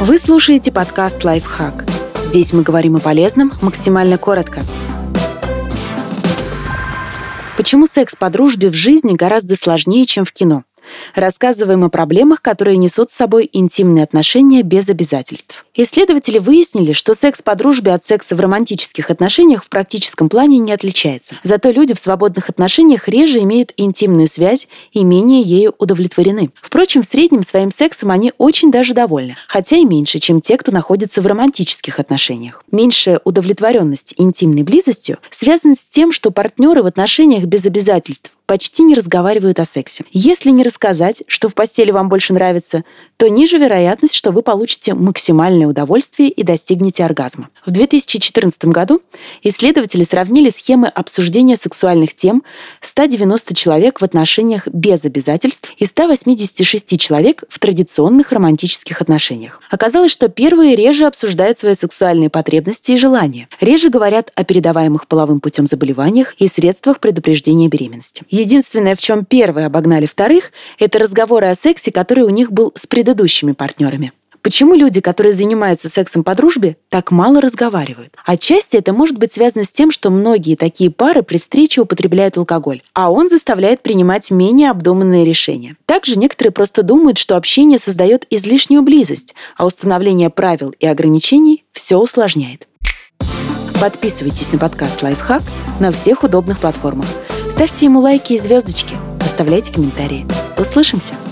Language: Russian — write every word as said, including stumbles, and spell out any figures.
Вы слушаете подкаст «Лайфхак». Здесь мы говорим о полезном максимально коротко. Почему секс по дружбе в жизни гораздо сложнее, чем в кино? Рассказываем о проблемах, которые несут с собой интимные отношения без обязательств. Исследователи выяснили, что секс по дружбе от секса в романтических отношениях в практическом плане не отличается. Зато люди в свободных отношениях реже имеют интимную связь и менее ею удовлетворены. Впрочем, в среднем своим сексом они очень даже довольны, хотя и меньше, чем те, кто находится в романтических отношениях. Меньшая удовлетворенность интимной близостью связана с тем, что партнеры в отношениях без обязательств почти не разговаривают о сексе. Если не рассказать, что в постели вам больше нравится, то ниже вероятность, что вы получите максимальное удовольствие и достигнете оргазма. В две тысячи четырнадцатом году исследователи сравнили схемы обсуждения сексуальных тем ста девяноста человек в отношениях без обязательств и ста восьмидесяти шести человек в традиционных романтических отношениях. Оказалось, что первые реже обсуждают свои сексуальные потребности и желания, реже говорят о передаваемых половым путем заболеваниях и средствах предупреждения беременности. Единственное, в чем первые обогнали вторых, это разговоры о сексе, который у них был с предыдущими партнерами. Почему люди, которые занимаются сексом по дружбе, так мало разговаривают? Отчасти это может быть связано с тем, что многие такие пары при встрече употребляют алкоголь, а он заставляет принимать менее обдуманные решения. Также некоторые просто думают, что общение создает излишнюю близость, а установление правил и ограничений все усложняет. Подписывайтесь на подкаст «Лайфхак» на всех удобных платформах. Ставьте ему лайки и звездочки, оставляйте комментарии. Услышимся!